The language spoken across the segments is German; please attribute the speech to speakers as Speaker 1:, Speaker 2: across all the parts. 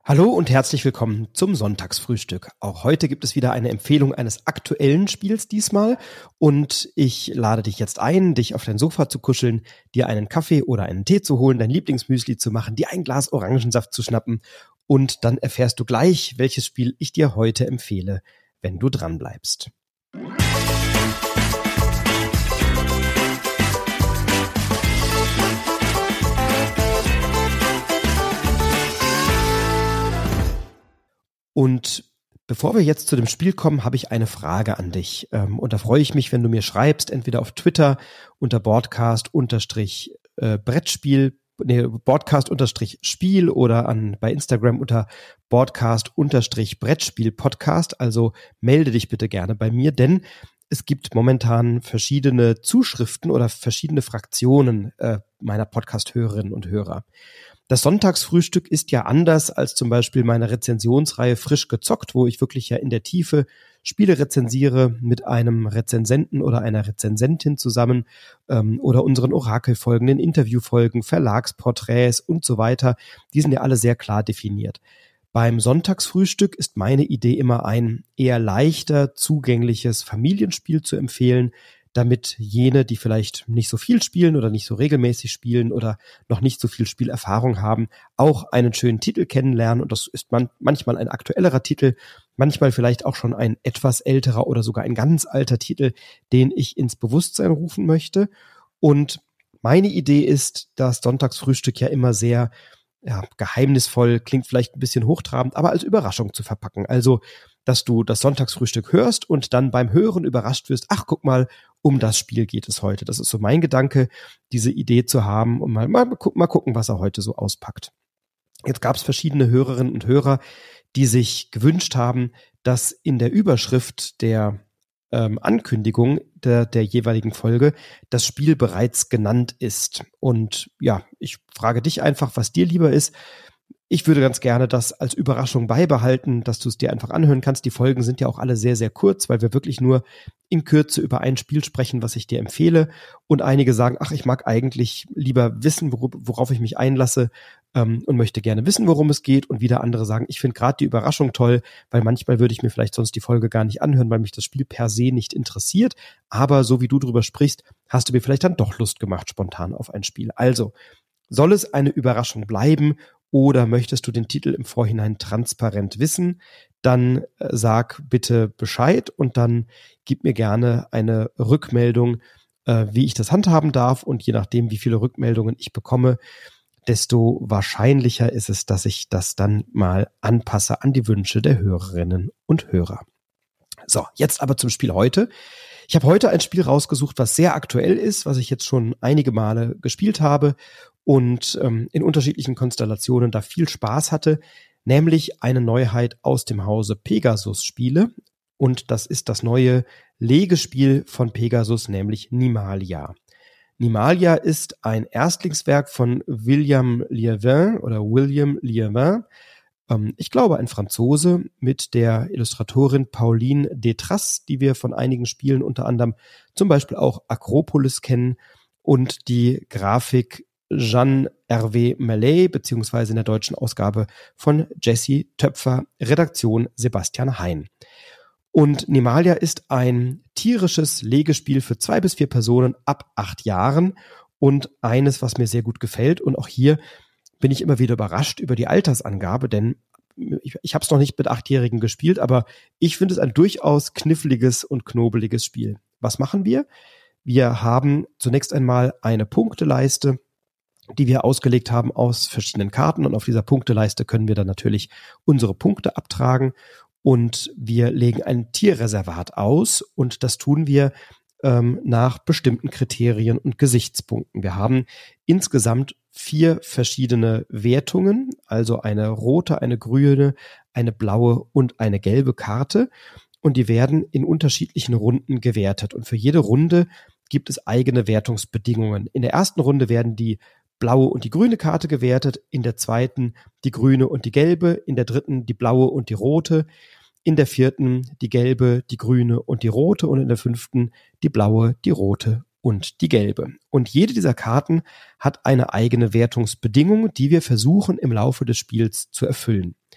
Speaker 1: Hallo und herzlich willkommen zum Sonntagsfrühstück. Auch heute gibt es wieder eine Empfehlung eines aktuellen Spiels diesmal und ich lade dich jetzt ein, dich auf dein Sofa zu kuscheln, dir einen Kaffee oder einen Tee zu holen, dein Lieblingsmüsli zu machen, dir ein Glas Orangensaft zu schnappen und dann erfährst du gleich, welches Spiel ich dir heute empfehle, wenn du dran bleibst. Und bevor wir jetzt zu dem Spiel kommen, habe ich eine Frage an dich. Und da freue ich mich, wenn du mir schreibst, entweder auf Twitter unter Broadcast-Spiel oder bei Instagram unter Broadcast-Brettspiel-Podcast. Also melde dich bitte gerne bei mir, denn es gibt momentan verschiedene Zuschriften oder verschiedene Fraktionen meiner Podcast-Hörerinnen und Hörer. Das Sonntagsfrühstück ist ja anders als zum Beispiel meine Rezensionsreihe Frisch gezockt, wo ich wirklich ja in der Tiefe Spiele rezensiere mit einem Rezensenten oder einer Rezensentin zusammen oder unseren Orakelfolgen, den Interviewfolgen, Verlagsporträts und so weiter. Die sind ja alle sehr klar definiert. Beim Sonntagsfrühstück ist meine Idee immer ein eher leichter, zugängliches Familienspiel zu empfehlen, damit jene, die vielleicht nicht so viel spielen oder nicht so regelmäßig spielen oder noch nicht so viel Spielerfahrung haben, auch einen schönen Titel kennenlernen. Und das ist manchmal ein aktuellerer Titel, manchmal vielleicht auch schon ein etwas älterer oder sogar ein ganz alter Titel, den ich ins Bewusstsein rufen möchte. Und meine Idee ist, das Sonntagsfrühstück ja immer sehr geheimnisvoll, klingt vielleicht ein bisschen hochtrabend, aber als Überraschung zu verpacken. Also, dass du das Sonntagsfrühstück hörst und dann beim Hören überrascht wirst, ach, guck mal, um das Spiel geht es heute. Das ist so mein Gedanke, diese Idee zu haben und mal gucken, was er heute so auspackt. Jetzt gab es verschiedene Hörerinnen und Hörer, die sich gewünscht haben, dass in der Überschrift der Ankündigung der jeweiligen Folge das Spiel bereits genannt ist. Und ja, ich frage dich einfach, was dir lieber ist. Ich würde ganz gerne das als Überraschung beibehalten, dass du es dir einfach anhören kannst. Die Folgen sind ja auch alle sehr, sehr kurz, weil wir wirklich nur in Kürze über ein Spiel sprechen, was ich dir empfehle. Und einige sagen, ach, ich mag eigentlich lieber wissen, worauf ich mich einlasse und möchte gerne wissen, worum es geht. Und wieder andere sagen, ich finde gerade die Überraschung toll, weil manchmal würde ich mir vielleicht sonst die Folge gar nicht anhören, weil mich das Spiel per se nicht interessiert. Aber so wie du drüber sprichst, hast du mir vielleicht dann doch Lust gemacht, spontan auf ein Spiel. Also, soll es eine Überraschung bleiben oder möchtest du den Titel im Vorhinein transparent wissen, dann sag bitte Bescheid und dann gib mir gerne eine Rückmeldung, wie ich das handhaben darf. Und je nachdem, wie viele Rückmeldungen ich bekomme, desto wahrscheinlicher ist es, dass ich das dann mal anpasse an die Wünsche der Hörerinnen und Hörer. So, jetzt aber zum Spiel heute. Ich habe heute ein Spiel rausgesucht, was sehr aktuell ist, was ich jetzt schon einige Male gespielt habe und in unterschiedlichen Konstellationen da viel Spaß hatte, nämlich eine Neuheit aus dem Hause Pegasus Spiele. Und das ist das neue Legespiel von Pegasus, nämlich Nimalia. Nimalia ist ein Erstlingswerk von William Liévin. Ich glaube, ein Franzose mit der Illustratorin Pauline Détraz, die wir von einigen Spielen unter anderem zum Beispiel auch Akropolis kennen und die Grafik Jean-Hervé Mallet, beziehungsweise in der deutschen Ausgabe von Jesse Töpfer, Redaktion Sebastian Hein. Und Nimalia ist ein tierisches Legespiel für 2 bis 4 Personen ab 8 Jahren und eines, was mir sehr gut gefällt. Und auch hier bin ich immer wieder überrascht über die Altersangabe, denn ich habe es noch nicht mit 8-Jährigen gespielt, aber ich finde es ein durchaus kniffliges und knobeliges Spiel. Was machen wir? Wir haben zunächst einmal eine Punkteleiste, die wir ausgelegt haben aus verschiedenen Karten, und auf dieser Punkteleiste können wir dann natürlich unsere Punkte abtragen und wir legen ein Tierreservat aus und das tun wir nach bestimmten Kriterien und Gesichtspunkten. Wir haben insgesamt 4 verschiedene Wertungen, also eine rote, eine grüne, eine blaue und eine gelbe Karte, und die werden in unterschiedlichen Runden gewertet und für jede Runde gibt es eigene Wertungsbedingungen. In der ersten Runde werden die blaue und die grüne Karte gewertet, in der zweiten die grüne und die gelbe, in der dritten die blaue und die rote, in der vierten die gelbe, die grüne und die rote und in der fünften die blaue, die rote und die gelbe. Und jede dieser Karten hat eine eigene Wertungsbedingung, die wir versuchen im Laufe des Spiels zu erfüllen.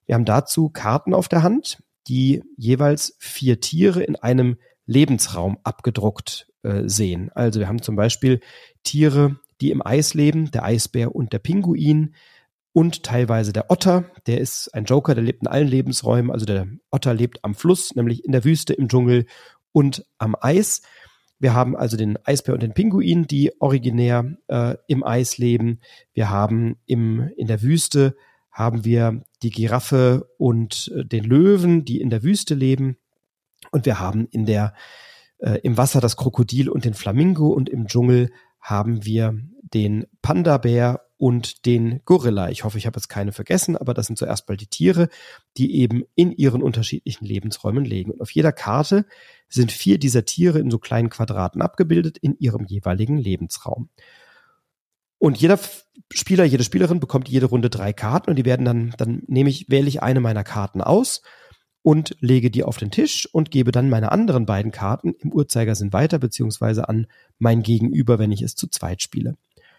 Speaker 1: Wir haben dazu Karten auf der Hand, die jeweils 4 Tiere in einem Lebensraum abgedruckt sehen. Also wir haben zum Beispiel Tiere, die im Eis leben, der Eisbär und der Pinguin und teilweise der Otter. Der ist ein Joker, der lebt in allen Lebensräumen. Also der Otter lebt am Fluss, nämlich in der Wüste, im Dschungel und am Eis. Wir haben also den Eisbär und den Pinguin, die originär im Eis leben. Wir haben in der Wüste haben wir die Giraffe und den Löwen, die in der Wüste leben. Und wir haben im Wasser das Krokodil und den Flamingo. Und im Dschungel haben wir den Panda-Bär und den Gorilla. Ich hoffe, ich habe jetzt keine vergessen, aber das sind zuerst mal die Tiere, die eben in ihren unterschiedlichen Lebensräumen leben. Und auf jeder Karte sind 4 dieser Tiere in so kleinen Quadraten abgebildet in ihrem jeweiligen Lebensraum. Und jeder Spieler, jede Spielerin bekommt jede Runde 3 Karten und die werden dann wähle ich eine meiner Karten aus und lege die auf den Tisch und gebe dann meine anderen beiden Karten im Uhrzeigersinn weiter, beziehungsweise an mein Gegenüber, wenn ich es zu zweit spiele.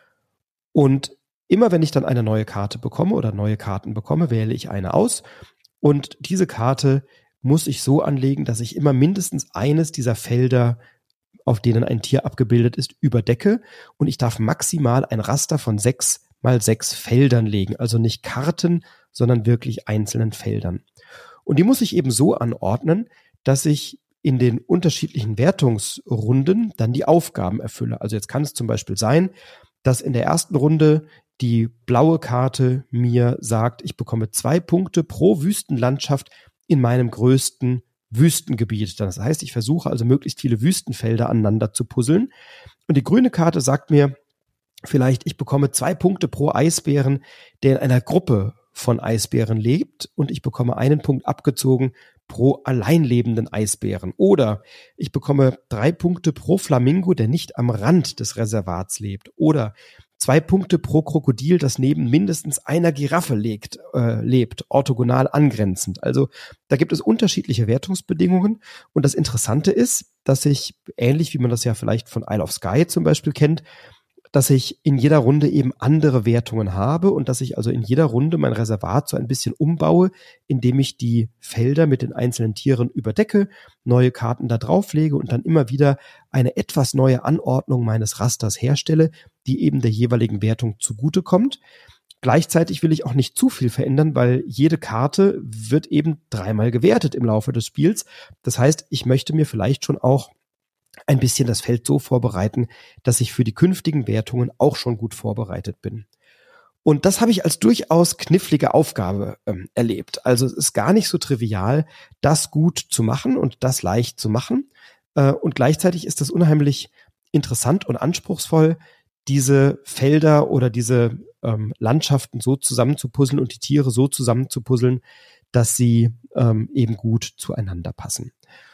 Speaker 1: Und immer wenn ich dann eine neue Karte bekomme oder neue Karten bekomme, wähle ich eine aus und diese Karte muss ich so anlegen, dass ich immer mindestens eines dieser Felder, auf denen ein Tier abgebildet ist, überdecke und ich darf maximal ein Raster von 6 mal 6 Feldern legen, also nicht Karten, sondern wirklich einzelnen Feldern. Und die muss ich eben so anordnen, dass ich in den unterschiedlichen Wertungsrunden dann die Aufgaben erfülle. Also jetzt kann es zum Beispiel sein, dass in der ersten Runde die blaue Karte mir sagt, ich bekomme 2 Punkte pro Wüstenlandschaft in meinem größten Wüstengebiet. Das heißt, ich versuche also möglichst viele Wüstenfelder aneinander zu puzzeln. Und die grüne Karte sagt mir vielleicht, ich bekomme 2 Punkte pro Eisbären, der in einer Gruppe von Eisbären lebt und ich bekomme 1 Punkt abgezogen pro allein lebenden Eisbären. Oder ich bekomme 3 Punkte pro Flamingo, der nicht am Rand des Reservats lebt. Oder 2 Punkte pro Krokodil, das neben mindestens einer Giraffe lebt, orthogonal angrenzend. Also da gibt es unterschiedliche Wertungsbedingungen. Und das Interessante ist, dass ich, ähnlich wie man das ja vielleicht von Isle of Skye zum Beispiel kennt, dass ich in jeder Runde eben andere Wertungen habe und dass ich also in jeder Runde mein Reservat so ein bisschen umbaue, indem ich die Felder mit den einzelnen Tieren überdecke, neue Karten da drauflege und dann immer wieder eine etwas neue Anordnung meines Rasters herstelle, die eben der jeweiligen Wertung zugutekommt. Gleichzeitig will ich auch nicht zu viel verändern, weil jede Karte wird eben 3-mal gewertet im Laufe des Spiels. Das heißt, ich möchte mir vielleicht schon auch ein bisschen das Feld so vorbereiten, dass ich für die künftigen Wertungen auch schon gut vorbereitet bin. Und das habe ich als durchaus knifflige Aufgabe erlebt. Also es ist gar nicht so trivial, das gut zu machen und das leicht zu machen. Und gleichzeitig ist das unheimlich interessant und anspruchsvoll, diese Felder oder diese Landschaften so zusammenzupuzzeln und die Tiere so zusammenzupuzzeln, dass sie eben gut zueinander passen.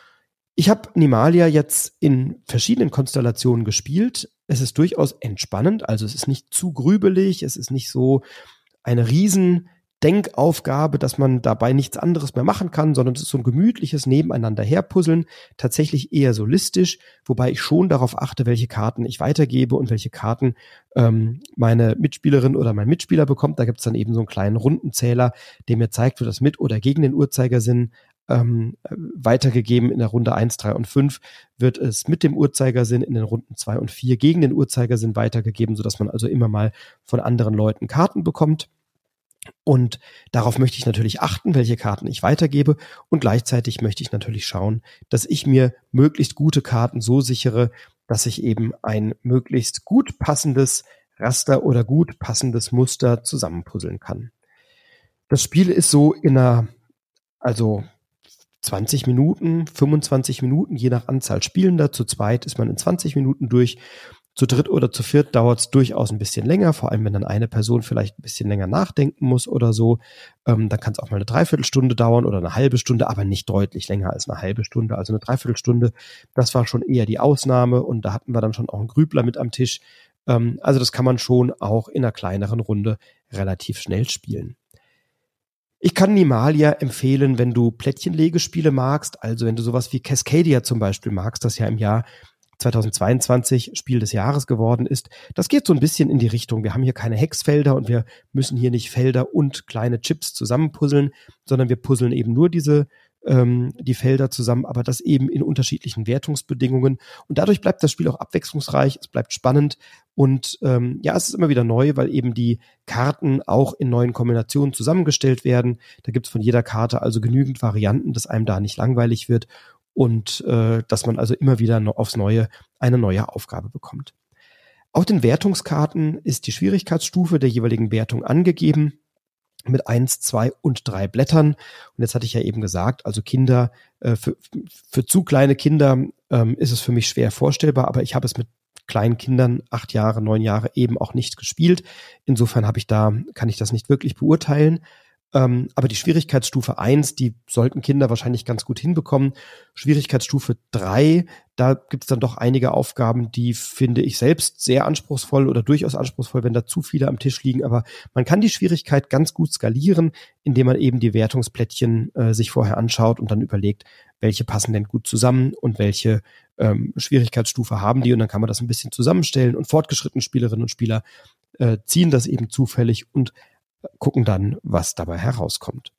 Speaker 1: Ich habe Animalia jetzt in verschiedenen Konstellationen gespielt. Es ist durchaus entspannend, also es ist nicht zu grübelig, es ist nicht so eine riesen Denkaufgabe, dass man dabei nichts anderes mehr machen kann, sondern es ist so ein gemütliches Nebeneinander herpuzzeln, tatsächlich eher solistisch, wobei ich schon darauf achte, welche Karten ich weitergebe und welche Karten meine Mitspielerin oder mein Mitspieler bekommt. Da gibt es dann eben so einen kleinen Rundenzähler, der mir zeigt, wird das mit oder gegen den Uhrzeigersinn weitergegeben. In der Runde 1, 3 und 5 wird es mit dem Uhrzeigersinn, in den Runden 2 und 4 gegen den Uhrzeigersinn weitergegeben, sodass man also immer mal von anderen Leuten Karten bekommt. Und darauf möchte ich natürlich achten, welche Karten ich weitergebe. Und gleichzeitig möchte ich natürlich schauen, dass ich mir möglichst gute Karten so sichere, dass ich eben ein möglichst gut passendes Raster oder gut passendes Muster zusammenpuzzeln kann. Das Spiel ist so also 20 Minuten, 25 Minuten, je nach Anzahl Spielender. Zu zweit ist man in 20 Minuten durch. Zu dritt oder zu viert dauert es durchaus ein bisschen länger, vor allem wenn dann eine Person vielleicht ein bisschen länger nachdenken muss oder so. Dann kann es auch mal eine Dreiviertelstunde dauern oder eine halbe Stunde, aber nicht deutlich länger als eine halbe Stunde. Also eine Dreiviertelstunde, das war schon eher die Ausnahme und da hatten wir dann schon auch einen Grübler mit am Tisch. Also das kann man schon auch in einer kleineren Runde relativ schnell spielen. Ich kann Animalia empfehlen, wenn du Plättchenlegespiele magst, also wenn du sowas wie Cascadia zum Beispiel magst, das ja im Jahr 2022 Spiel des Jahres geworden ist. Das geht so ein bisschen in die Richtung, wir haben hier keine Hexfelder und wir müssen hier nicht Felder und kleine Chips zusammenpuzzeln, sondern wir puzzeln eben nur die Felder zusammen, aber das eben in unterschiedlichen Wertungsbedingungen. Und dadurch bleibt das Spiel auch abwechslungsreich, es bleibt spannend und es ist immer wieder neu, weil eben die Karten auch in neuen Kombinationen zusammengestellt werden. Da gibt's von jeder Karte also genügend Varianten, dass einem da nicht langweilig wird und dass man also immer wieder aufs Neue eine neue Aufgabe bekommt. Auf den Wertungskarten ist die Schwierigkeitsstufe der jeweiligen Wertung angegeben, mit 1, 2 und 3 Blättern. Und jetzt hatte ich ja eben gesagt, also Kinder, für zu kleine Kinder ist es für mich schwer vorstellbar, aber ich habe es mit kleinen Kindern, 8 Jahre, 9 Jahre eben auch nicht gespielt. Insofern kann ich das nicht wirklich beurteilen. Aber die Schwierigkeitsstufe 1, die sollten Kinder wahrscheinlich ganz gut hinbekommen. Schwierigkeitsstufe 3, da gibt es dann doch einige Aufgaben, die finde ich selbst sehr anspruchsvoll oder durchaus anspruchsvoll, wenn da zu viele am Tisch liegen. Aber man kann die Schwierigkeit ganz gut skalieren, indem man eben die Wertungsplättchen sich vorher anschaut und dann überlegt, welche passen denn gut zusammen und welche Schwierigkeitsstufe haben die. Und dann kann man das ein bisschen zusammenstellen und fortgeschrittene Spielerinnen und Spieler ziehen das eben zufällig und gucken dann, was dabei herauskommt.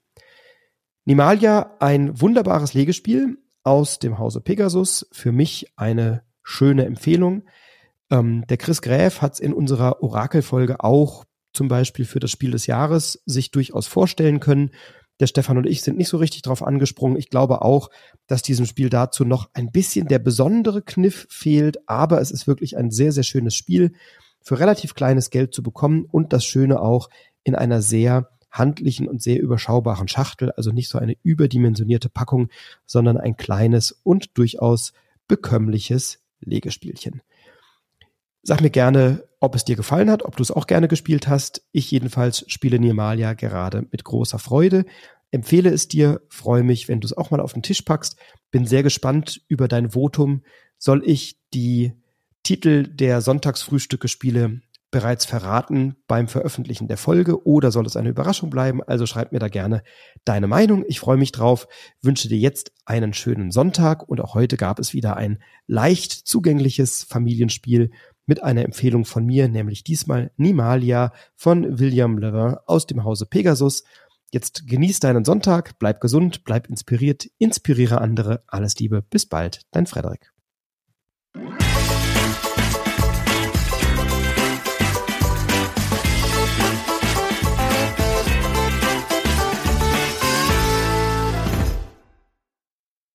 Speaker 1: Nimalia, ein wunderbares Legespiel aus dem Hause Pegasus. Für mich eine schöne Empfehlung. Der Chris Gräf hat es in unserer Orakelfolge auch zum Beispiel für das Spiel des Jahres sich durchaus vorstellen können. Der Stefan und ich sind nicht so richtig drauf angesprungen. Ich glaube auch, dass diesem Spiel dazu noch ein bisschen der besondere Kniff fehlt, aber es ist wirklich ein sehr, sehr schönes Spiel für relativ kleines Geld zu bekommen und das Schöne auch in einer sehr handlichen und sehr überschaubaren Schachtel, also nicht so eine überdimensionierte Packung, sondern ein kleines und durchaus bekömmliches Legespielchen. Sag mir gerne, ob es dir gefallen hat, ob du es auch gerne gespielt hast. Ich jedenfalls spiele Nimalia gerade mit großer Freude. Empfehle es dir, freue mich, wenn du es auch mal auf den Tisch packst. Bin sehr gespannt über dein Votum. Soll ich die Titel der Sonntagsfrühstücke-Spiele bereits verraten beim Veröffentlichen der Folge oder soll es eine Überraschung bleiben? Also schreib mir da gerne deine Meinung. Ich freue mich drauf, wünsche dir jetzt einen schönen Sonntag und auch heute gab es wieder ein leicht zugängliches Familienspiel mit einer Empfehlung von mir, nämlich diesmal Nimalia von William Levin aus dem Hause Pegasus. Jetzt genieß deinen Sonntag, bleib gesund, bleib inspiriert, inspiriere andere. Alles Liebe, bis bald, dein Frederik.